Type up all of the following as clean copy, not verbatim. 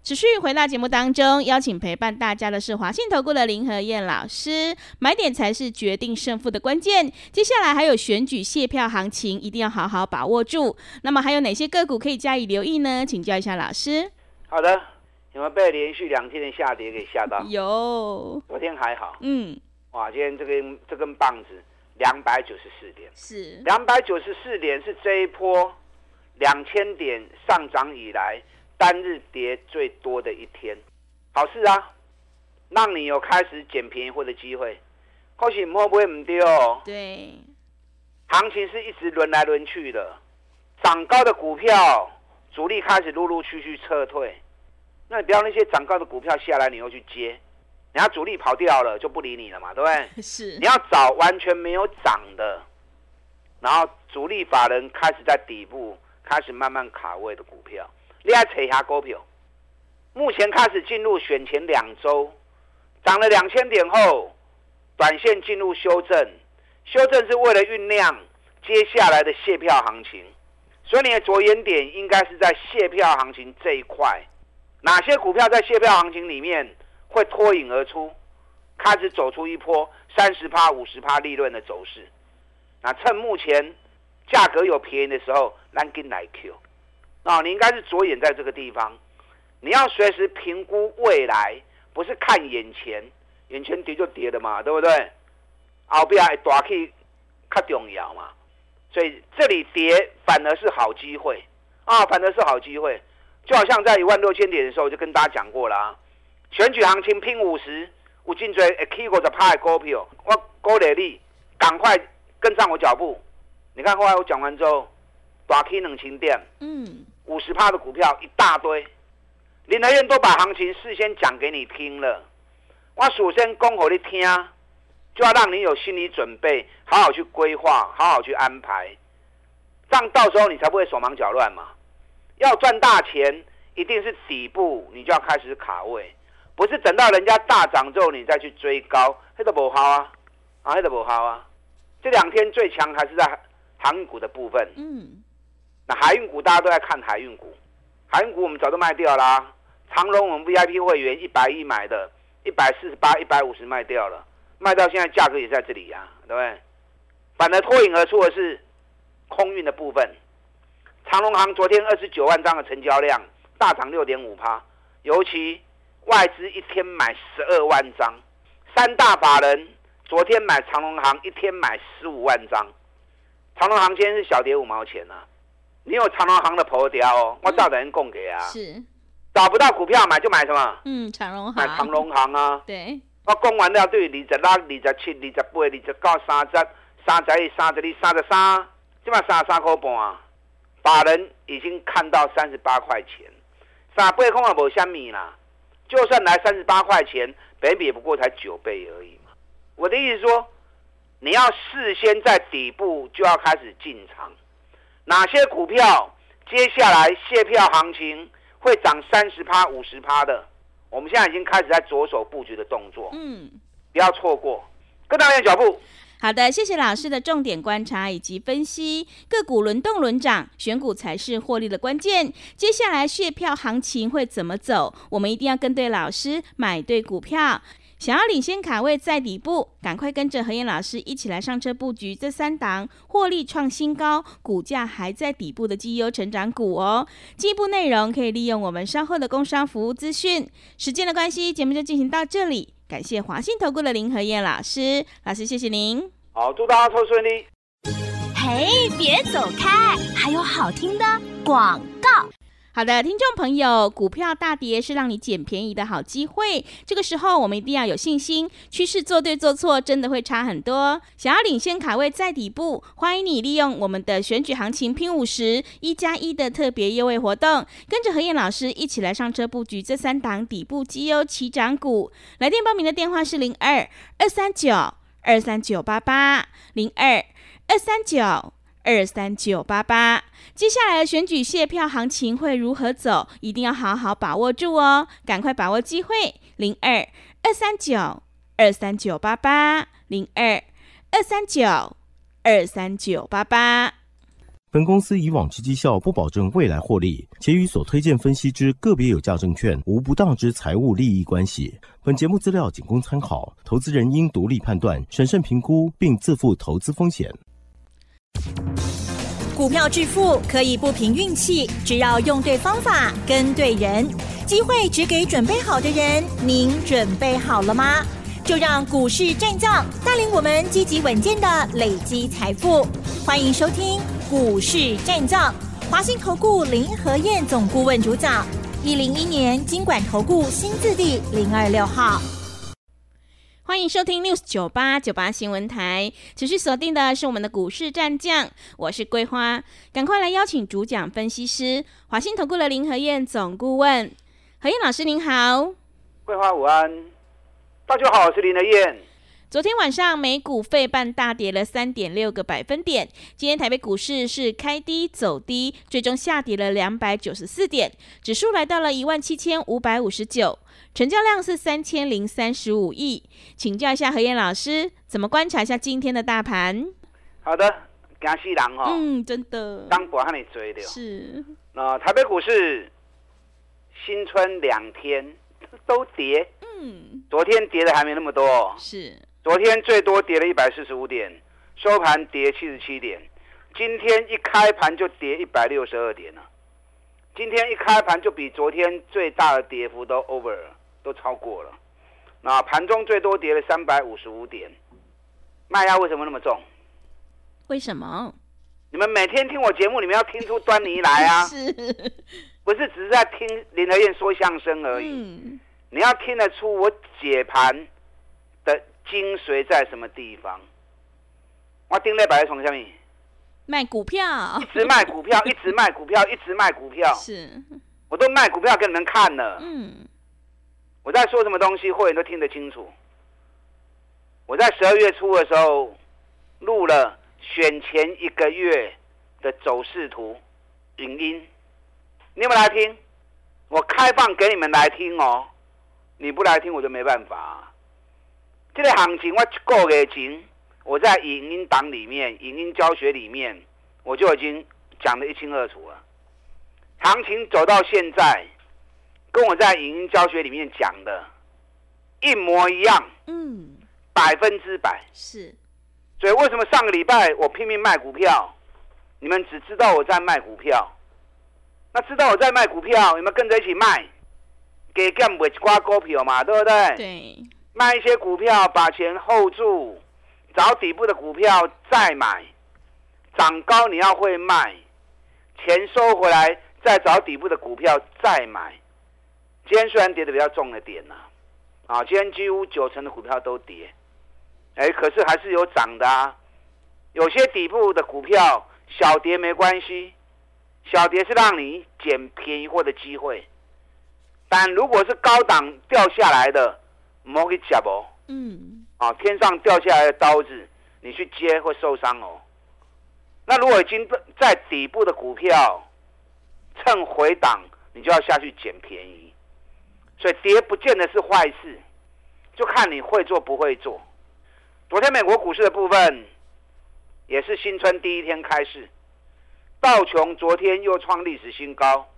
持续回到节目当中，邀请陪伴大家的是华信投顾的林和燕老师。买点才是决定胜负的关键。接下来还有选举卸票行情，一定要好好把握住。那么还有哪些个股可以加以留意呢？请教一下老师。 好的，有没有被连续2天的下跌给吓到？ 有， 昨天还好。哇，今天这根棒子294点， 是 294点是这一波2000点上涨以来单日跌最多的一天，好事啊，让你有开始捡便宜货的机会。可是会不会不对哦？ 对， 行情是一直轮来轮去的，涨高的股票主力开始陆陆续续撤退，那你不要那些涨高的股票下来你又去接，人家主力跑掉了就不理你了嘛，对不对？ 是， 你要找完全没有涨的，然后主力法人开始在底部开始慢慢卡位的股票。你要找一下股票，目前开始进入选前2周，涨了2000点后，短线进入修正，修正是为了酝酿接下来的卸票行情，所以你的着眼点应该是在卸票行情这一块，哪些股票在卸票行情里面会脱颖而出，开始走出一波30%、50%利润的走势。那趁目前价格有便宜的时候，咱跟来 Q。你应该是着眼在这个地方，你要随时评估未来，不是看眼前，眼前跌就跌了嘛，对不对？后边会大起较重要嘛，所以这里跌反而是好机会啊，反而是好机会。就好像在16000点的时候，我就跟大家讲过了啊，选举行情拼50，有真多会起50%的股票，我鼓励你赶快跟上我脚步。你看后来我讲完之后，大起2000点，50%的股票一大堆，林和燕都把行情事先讲给你听了。我首先讲给你听，就要让你有心理准备，好好去规划，好好去安排，这样到时候你才不会手忙脚乱嘛。要赚大钱，一定是底部你就要开始卡位，不是等到人家大涨之后你再去追高，那都不好啊，那都不好啊。这2天最强还是在航运股的部分。那海运股大家都在看海运股，海运股我们早就卖掉啦。长荣我们 VIP 会员110买的，148、150卖掉了，卖到现在价格也在这里啊，对不对？反而脱颖而出的是空运的部分。长荣航昨天29万张的成交量，大涨6.5%，尤其外资一天买12万张，3大法人昨天买长荣航一天买15万张，长荣航今天是小跌5毛钱啊。你有长荣航的头条哦，我照人供给啊。 是， 找不到股票买就买什么？ 长荣航。 买长荣航啊。 对。我讲完了对26、27、28、29、30、31、32、33，这嘛33块半啊。法人已经看到38块钱，38块也没什么啦。就算来38块钱，本益比也不过才9倍而已嘛。我的意思说，你要事先在底部就要开始进场。哪些股票接下来卸票行情会涨30%、50%的？我们现在已经开始在着手布局的动作，不要错过，跟上脚步。 好的，谢谢老师的重点观察以及分析。个股轮动轮涨，选股才是获利的关键。接下来卸票行情会怎么走？我们一定要跟对老师，买对股票。想要领先卡位在底部，赶快跟着和燕老师一起来上车布局这3档获利创新高、股价还在底部的绩优成长股哦。进一步内容可以利用我们稍后的工商服务资讯。时间的关系，节目就进行到这里。感谢华信投顾的林和燕老师，老师谢谢您。 好，祝大家抽顺利。 嘿，别走开，还有好听的广告。 好的，听众朋友，股票大跌是让你捡便宜的好机会。这个时候我们一定要有信心，趋势做对做错真的会差很多。想要领先卡位在底部，欢迎你利用我们的选举行情拼50，1+1的特别优惠活动，跟着和燕老师一起来上车布局这3档底部绩优起涨股。来电报名的电话是02-239-23988，02-239-23988。接下来的选举卸票行情会如何走，一定要好好把握住哦，赶快把握机会。02-239-23988，02-239-23988。 本公司以往之绩效不保证未来获利，且与所推荐分析之个别有价证券无不当之财务利益关系。本节目资料仅供参考，投资人应独立判断、审慎评估，并自负投资风险。 股票致富可以不凭运气，只要用对方法、跟对人，机会只给准备好的人。您准备好了吗？就让股市战将带领我们积极稳健的累积财富。欢迎收听股市战将，华信投顾林和彥总顾问主讲，101年金管投顾新字第026号。 欢迎收听 News 98新闻台，持续锁定的是我们的股市战将，我是桂花，赶快来邀请主讲分析师华信投顾的林和彥总顾问。和彥老师您好。 桂花午安，大家好，我是林和彥。 昨天晚上美股费半大跌了3.6个百分点，今天台北股市是开低走低，最终下跌了294点，指数来到了17559，成交量是3035亿。请教一下和彥老师，怎么观察一下今天的大盘？ 好的，惊死人哦， 真的， 刚博和你追的是。 台北股市新春2天都跌，昨天跌的还没那么多， 是。 昨天最多跌了145点，收盘跌77点。今天一开盘就跌162点了。今天一开盘就比昨天最大的跌幅都 over 了，都超过了。那盘中最多跌了355点。卖压为什么那么重？ 为什么？ 你们每天听我节目，你们要听出端倪来啊！ 是， 不是只是在听林和彥说相声而已。你要听得出我解盘的精髓在什么地方？我顶礼拜从什么？ 卖股票， 一直卖股票，一直卖股票，一直卖股票。 是， 我都卖股票给你们看了。我在说什么东西，会员都听得清楚。我在12月初的时候录了选前1个月的走势图影音，你有没有来听？我开放给你们来听哦，你不来听我就没办法。这个行情我1个月前，我在影音档里面、影音教学里面，我就已经讲得一清二楚了。行情走到现在，跟我在影音教学里面讲的一模一样，100%。 是。 所以为什么上个礼拜我拼命卖股票，你们只知道我在卖股票？那知道我在卖股票，你们跟着一起卖，给干买一挂股票嘛，对不对？ 对。 卖一些股票，把钱 hold 住，找底部的股票再买，涨高你要会卖，钱收回来再找底部的股票再买。今天虽然跌得比较重的点今天几乎90%的股票都跌，可是还是有涨的啊。有些底部的股票小跌没关系，小跌是让你捡便宜货的机会，但如果是高档掉下来的，莫去接哦。天上掉下来的刀子，你去接会受伤哦。那如果已经在底部的股票，趁回档，你就要下去捡便宜。所以跌不见得是坏事，就看你会做不会做。昨天美国股市的部分，也是新春第一天开市，道琼昨天又创历史新高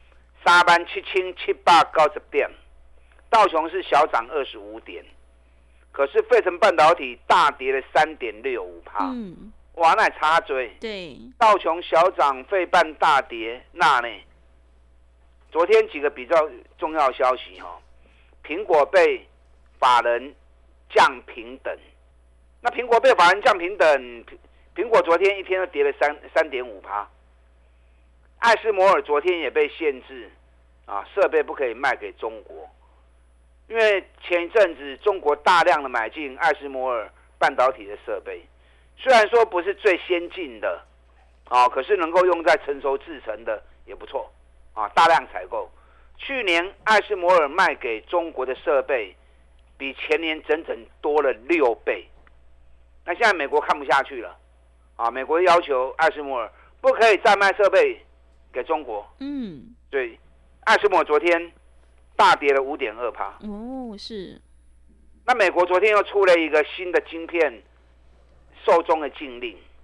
，37790点。道琼是小涨25点，可是费城半导体大跌了3.65%。哇，那差追。 对， 道琼小涨，费半大跌，那呢？昨天几个比较重要的消息苹果被法人降评等。那苹果被法人降评等，苹果昨天一天都跌了3.5%。艾斯摩尔昨天也被限制设备不可以卖给中国。因为前一阵子中国大量的买进艾斯摩尔半导体的设备，虽然说不是最先进的可是能够用在成熟制程的也不错大量采购。去年艾斯摩尔卖给中国的设备比前年整整多了6倍。那现在美国看不下去了美国要求艾斯摩尔不可以再卖设备给中国。所以艾斯摩尔昨天大跌了5.2%。 是。 那美国昨天又出了一个新的晶片售中的禁令，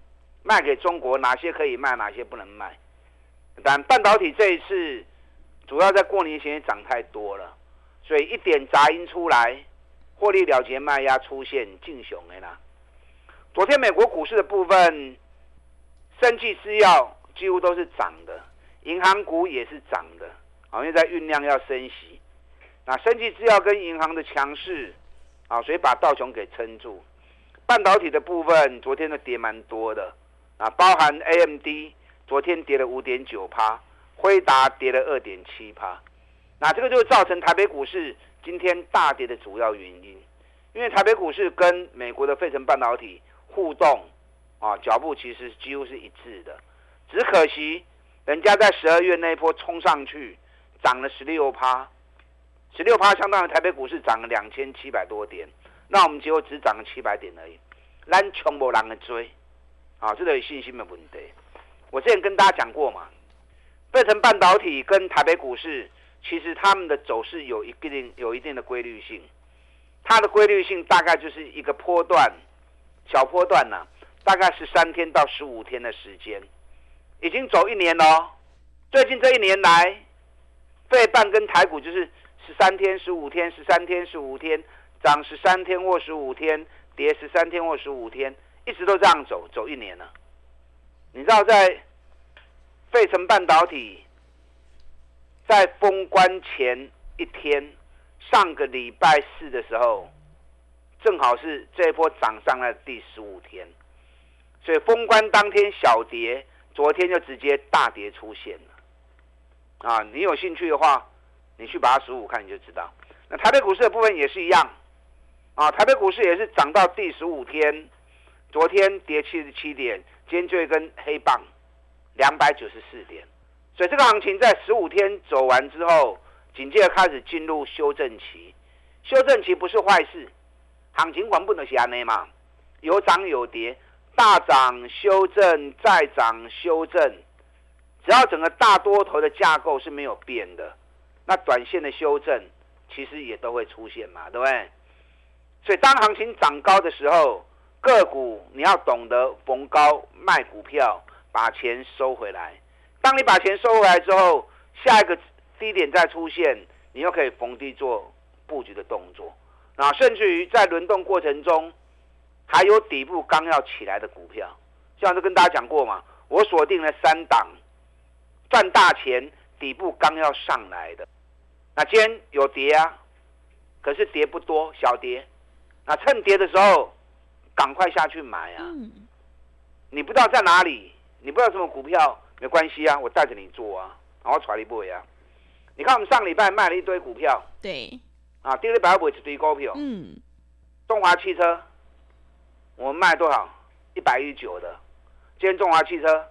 卖给中国，哪些可以卖，哪些不能卖。但半导体这一次主要在过年前涨太多了，所以一点杂音出来，获利了结卖压出现，劲雄的啦。昨天美国股市的部分，生技制药几乎都是涨的，银行股也是涨的，因为在酝酿要升息。那生技制药跟银行的强势，所以把道琼给撑住。半导体的部分，昨天的跌蛮多的，包含 AMD 昨天跌了 5.9%， 辉达跌了 2.7%。那这个就造成台北股市今天大跌的主要原因，因为台北股市跟美国的费城半导体互动脚步其实几乎是一致的，只可惜人家在12月那一波冲上去涨了 16%，16% 相当于台北股市涨了2700多点，那我们结果只涨了700点而已，咱全没人追这个有信心的问题。我之前跟大家讲过嘛，费城半导体跟台北股市其实他们的走势有一定的规律性，它的规律性大概就是一个波段，小波段大概13天到15天的时间，已经走1年了。最近这1年来，费半跟台股就是13天、15天、13天、15天，涨13天或15天，跌13天或15天，一直都这样走1年了。你知道在费城半导体在封关前一天，上个礼拜4的时候，正好是这一波涨上来的第15天，所以封关当天小跌，昨天就直接大跌出现了。你有兴趣的话，你去把它数看你就知道。那台北股市的部分也是一样，台北股市也是涨到第15天，昨天跌77点，今天就一根黑棒294点。所以这个行情在15天走完之后，紧接着开始进入修正期。修正期不是坏事，行情原本就是这样嘛，有涨有跌，大涨修正再涨修正，只要整个大多头的架构是没有变的，那短线的修正其实也都会出现嘛，对不对？所以当行情涨高的时候，个股你要懂得逢高卖股票，把钱收回来。当你把钱收回来之后，下一个低点再出现，你又可以逢低做布局的动作。甚至于在轮动过程中，还有底部刚要起来的股票，像是跟大家讲过嘛，我锁定了3档赚大钱，底部刚要上来的。那今天有跌可是跌不多，小跌。那趁跌的时候，赶快下去买你不知道在哪里，你不知道什么股票，没关系我带着你做然后带你买你看我们上礼拜卖了一堆股票， 对第二礼拜要买一堆股票，中华汽车我们卖多少？119的，今天中华汽车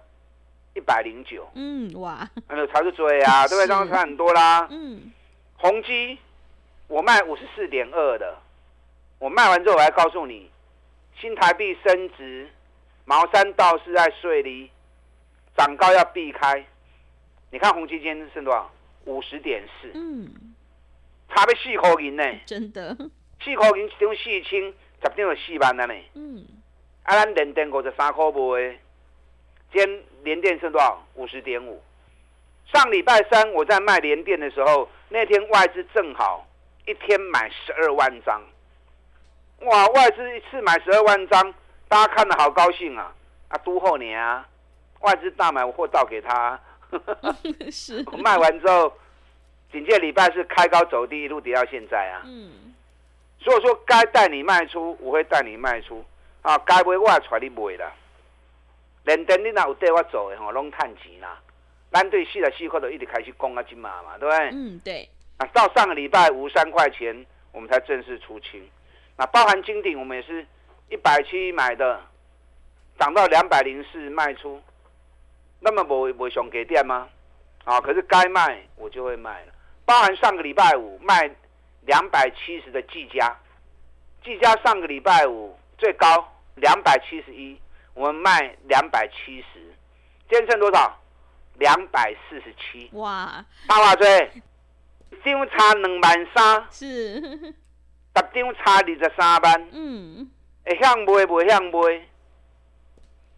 109， 哇， 才是追对不对？这样差很多啦。宏基我卖54.2的，我卖完之后我还告诉你，新台币升值，毛山道是在税里，涨高要避开。你看宏基今天剩多少？50.4，差要4块银呢， 真的 4块银一张4000，10张就4万了呢。咱联电53块卖，今天联电剩多少？50.5。上礼拜3我在卖联电的时候，那天外资正好一天买12万张，哇！外资一次买12万张，大家看得好高兴都后年外资大买我货倒给他是我卖完之后，紧接着礼拜4开高走低，一路跌到现在所以说该带你卖出，我会带你卖出该买我也带你买啦。联电你若有带我做的拢赚钱啦。咱对44块就一直开始讲到现在嘛，对不对？ 对。 到上个礼拜53块钱，我们才正式出清。包含金鼎，我们也是170买的，涨到204卖出，那么不上给店吗？可是该卖我就会卖了。包含上个礼拜5卖270的技嘉，技嘉上个礼拜5最高271，我们卖270，今天剩多少？247。 哇！ 差偌多？一张差23000， 是 10张差23万。 嗯， 会向卖袂向卖，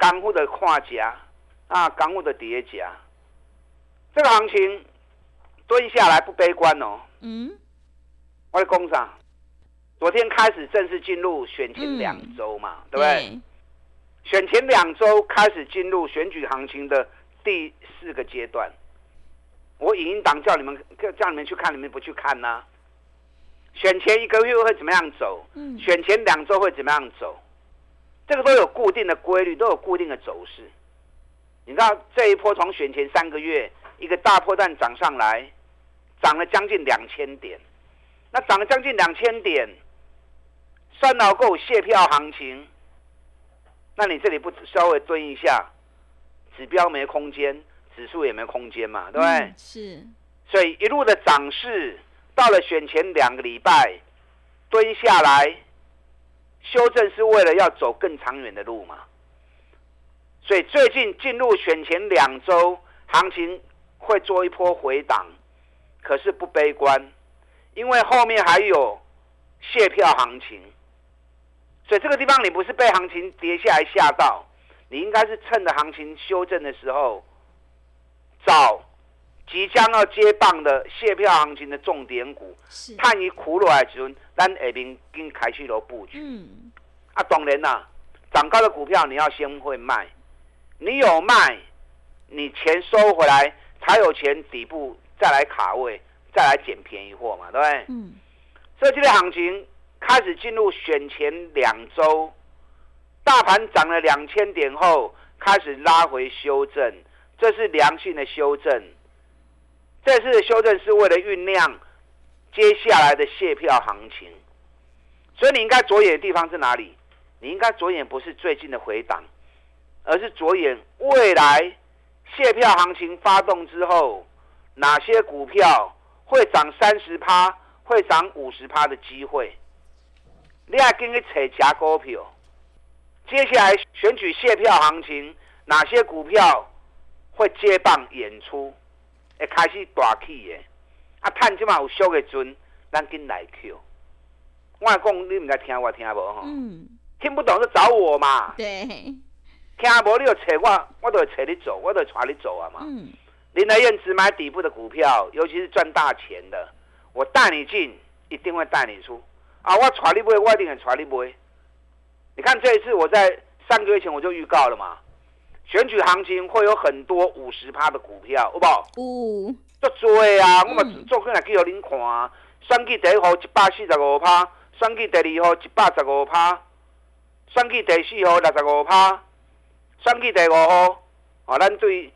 港股的看价啊，港股的跌价，这个行情蹲下来不悲观哦。我的工厂昨天开始正式进入选前2周嘛，对不对？选前2周开始进入选举行情的第4个阶段。我影音档叫你们去看，你们不去看呢？选前1个月会怎么样走？选前2周会怎么样走？这个都有固定的规律，都有固定的走势。你知道这一波从选前3个月一个大波段涨上来，涨了将近2000点。那涨了将近2000点，算老够卸票行情。那你这里不稍微蹲一下，指标没空间，指数也没空间嘛，对不对？ 是。 所以一路的涨势到了选前2个礼拜，蹲下来修正是为了要走更长远的路嘛。所以最近进入选前2周，行情会做一波回档，可是不悲观，因为后面还有卸票行情。所以这个地方你不是被行情跌下来吓到，你应该是趁着行情修正的时候，找即将要接棒的卸票行情的重点股，看伊苦落来的时候，咱下面已经开始了布局。当然啦，涨高的股票你要先会卖，你有卖，你钱收回来才有钱底部再来卡位，再来捡便宜货嘛，对不对？所以这个行情开始进入选前2周，大盘涨了2000点后，开始拉回修正，这是良性的修正。这次的修正是为了酝酿接下来的卸票行情，所以你应该着眼的地方是哪里？你应该着眼不是最近的回档，而是着眼未来卸票行情发动之后，哪些股票会涨30%，会涨50%的机会。你要跟去找假股票，接下来选举卸票行情，哪些股票会接棒演出，会开始大起的？趁这嘛有俗的阵，咱紧来 Q。我讲你唔该听我听无吼？听不懂就找我嘛。 对。 听无你就找我，我就找你走，我就带你走啊嘛。林德燕只买底部的股票，尤其是赚大钱的，我带你进，一定会带你出。我带你买，我一定会带你买。你看这一次，我在3个月前我就预告了嘛，选举行情会有很多50%的股票，有无？足多啊！我嘛做起来给您看啊。选举第1号145%，选举第2号115%，选举第4号65%，选举第5号，咱对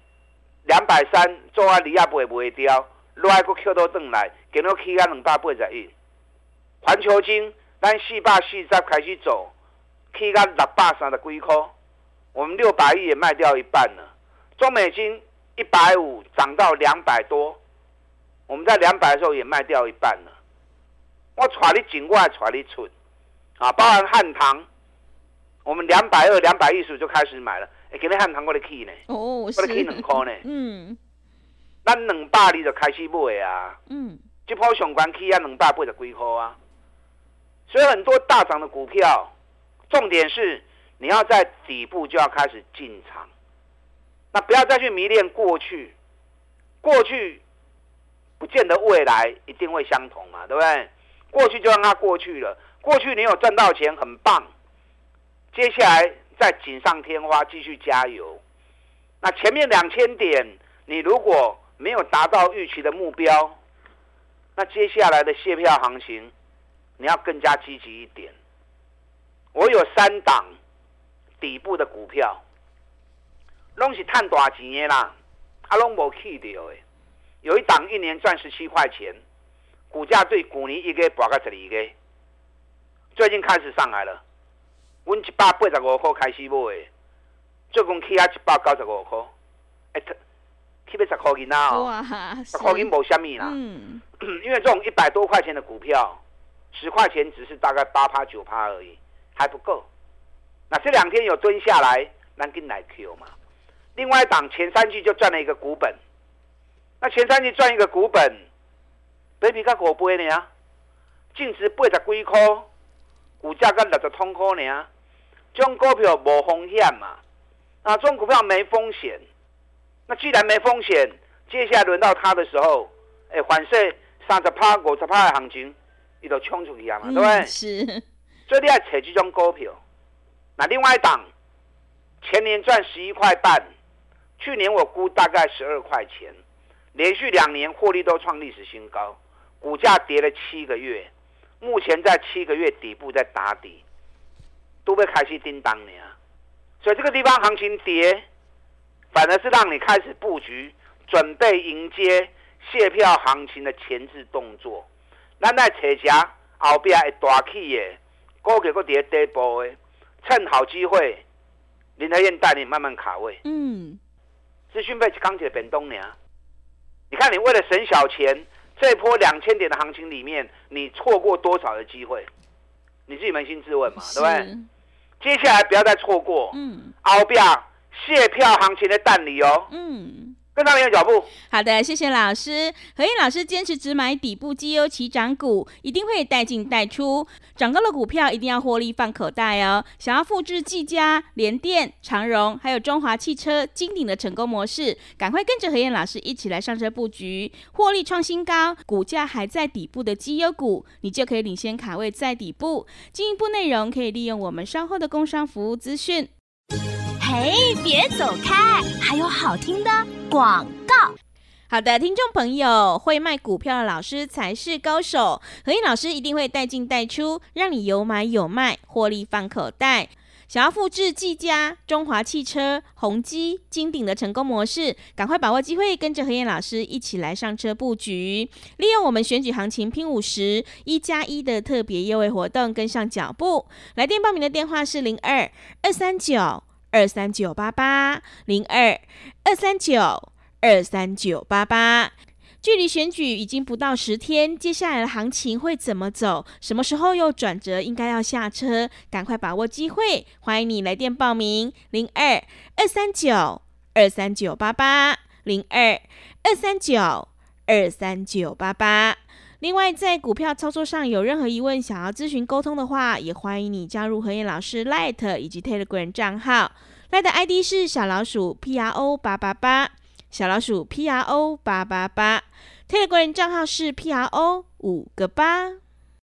230做280卖掉，落来佫捡倒转来，今仔起啊281。环球金，咱440开始走，起到630几块，我们600亿也卖掉一半了。中美金150涨到200多，我们在200的时候也卖掉一半了。我带你进，我也带你出，包含汉唐，我们220、210就开始买了。今天汉唐我咧起呢，我咧起2块呢。咱220就开始买啊。这波上关起啊280几块啊。所以很多大涨的股票，重点是你要在底部就要开始进场，那不要再去迷恋过去，过去不见得未来一定会相同嘛，对不对？过去就让它过去了，过去你有赚到钱很棒，接下来再锦上添花，继续加油。那前面2000点你如果没有达到预期的目标，那接下来的卸票行情你要更加积极一点。我有3档底部的股票，拢是赚大钱的啦，拢没去掉的。有一档1年赚17块钱，股价对去年1月拔到12个，最近开始上来了。我185块开始买的，最近起啊195块，起要10块银啊！ 哇 ，10块银无什么啦。因为这种100多块钱的股票，10块钱只是大概8%、9%而已，还不够。那这2天有蹲下来，咱跟来 Q 嘛。另外一档前3季就赚了一个股本，那前3季赚一个股本，比较5倍呢，净值80几块，股价才60通块呢。这种股票无风险嘛， 啊，这种股票没风险。那既然没风险，接下来轮到它的时候，反正30%、50%的行情，它就冲出去啊嘛，对不对？ 是。 所以你要找这种股票。那另外一档，前年赚11块半，去年我估大概12块钱，连续2年获利都创历史新高，股价跌了7个月，目前在7个月底部在打底，都被开始叮当了。所以这个地方行情跌，反而是让你开始布局，准备迎接卸票行情的前置动作。咱在找下后边会大起的，股价搁跌底部的，趁好机会，林和燕带你慢慢卡位。资讯费刚起变动呢。你看，你为了省小钱，这波2000点的行情里面，你错过多少的机会？你自己扪心自问嘛，对不对？接下来不要再错过。后边卸票行情的蛋里哦。跟上你的脚步。 好的，谢谢老师。和燕老师坚持只买底部绩优起涨股，一定会带进带出，涨高的股票一定要获利放口袋哦。想要复制技嘉、联电、长荣还有中华汽车、金鼎的成功模式，赶快跟着和燕老师一起来上车布局，获利创新高，股价还在底部的绩优股，你就可以领先卡位在底部。进一步内容可以利用我们稍后的工商服务资讯。 嘿，别走开，还有好听的广告。 好的，听众朋友，会卖股票的老师才是高手。和燕老师一定会带进带出，让你有买有卖，获利放口袋。想要复制技嘉、中华汽车、宏基、金鼎的成功模式，赶快把握机会，跟着和燕老师一起来上车布局，利用我们选举行情拼50 1+1的特别优惠活动，跟上脚步。来电报名的电话是02-239-23988 02-239-23988。距离选举已经不到10天，接下来的行情会怎么走？什么时候又转折？应该要下车，赶快把握机会！欢迎你来电报名02-239-23988 02-239-23988。另外，在股票操作上有任何疑问，想要咨询沟通的话，也欢迎你加入和燕老师 LINE 以及 Telegram 账号。LINE 的 ID 是小老鼠 PRO888， 小老鼠 PRO888， Telegram 账号是 PRO5个8。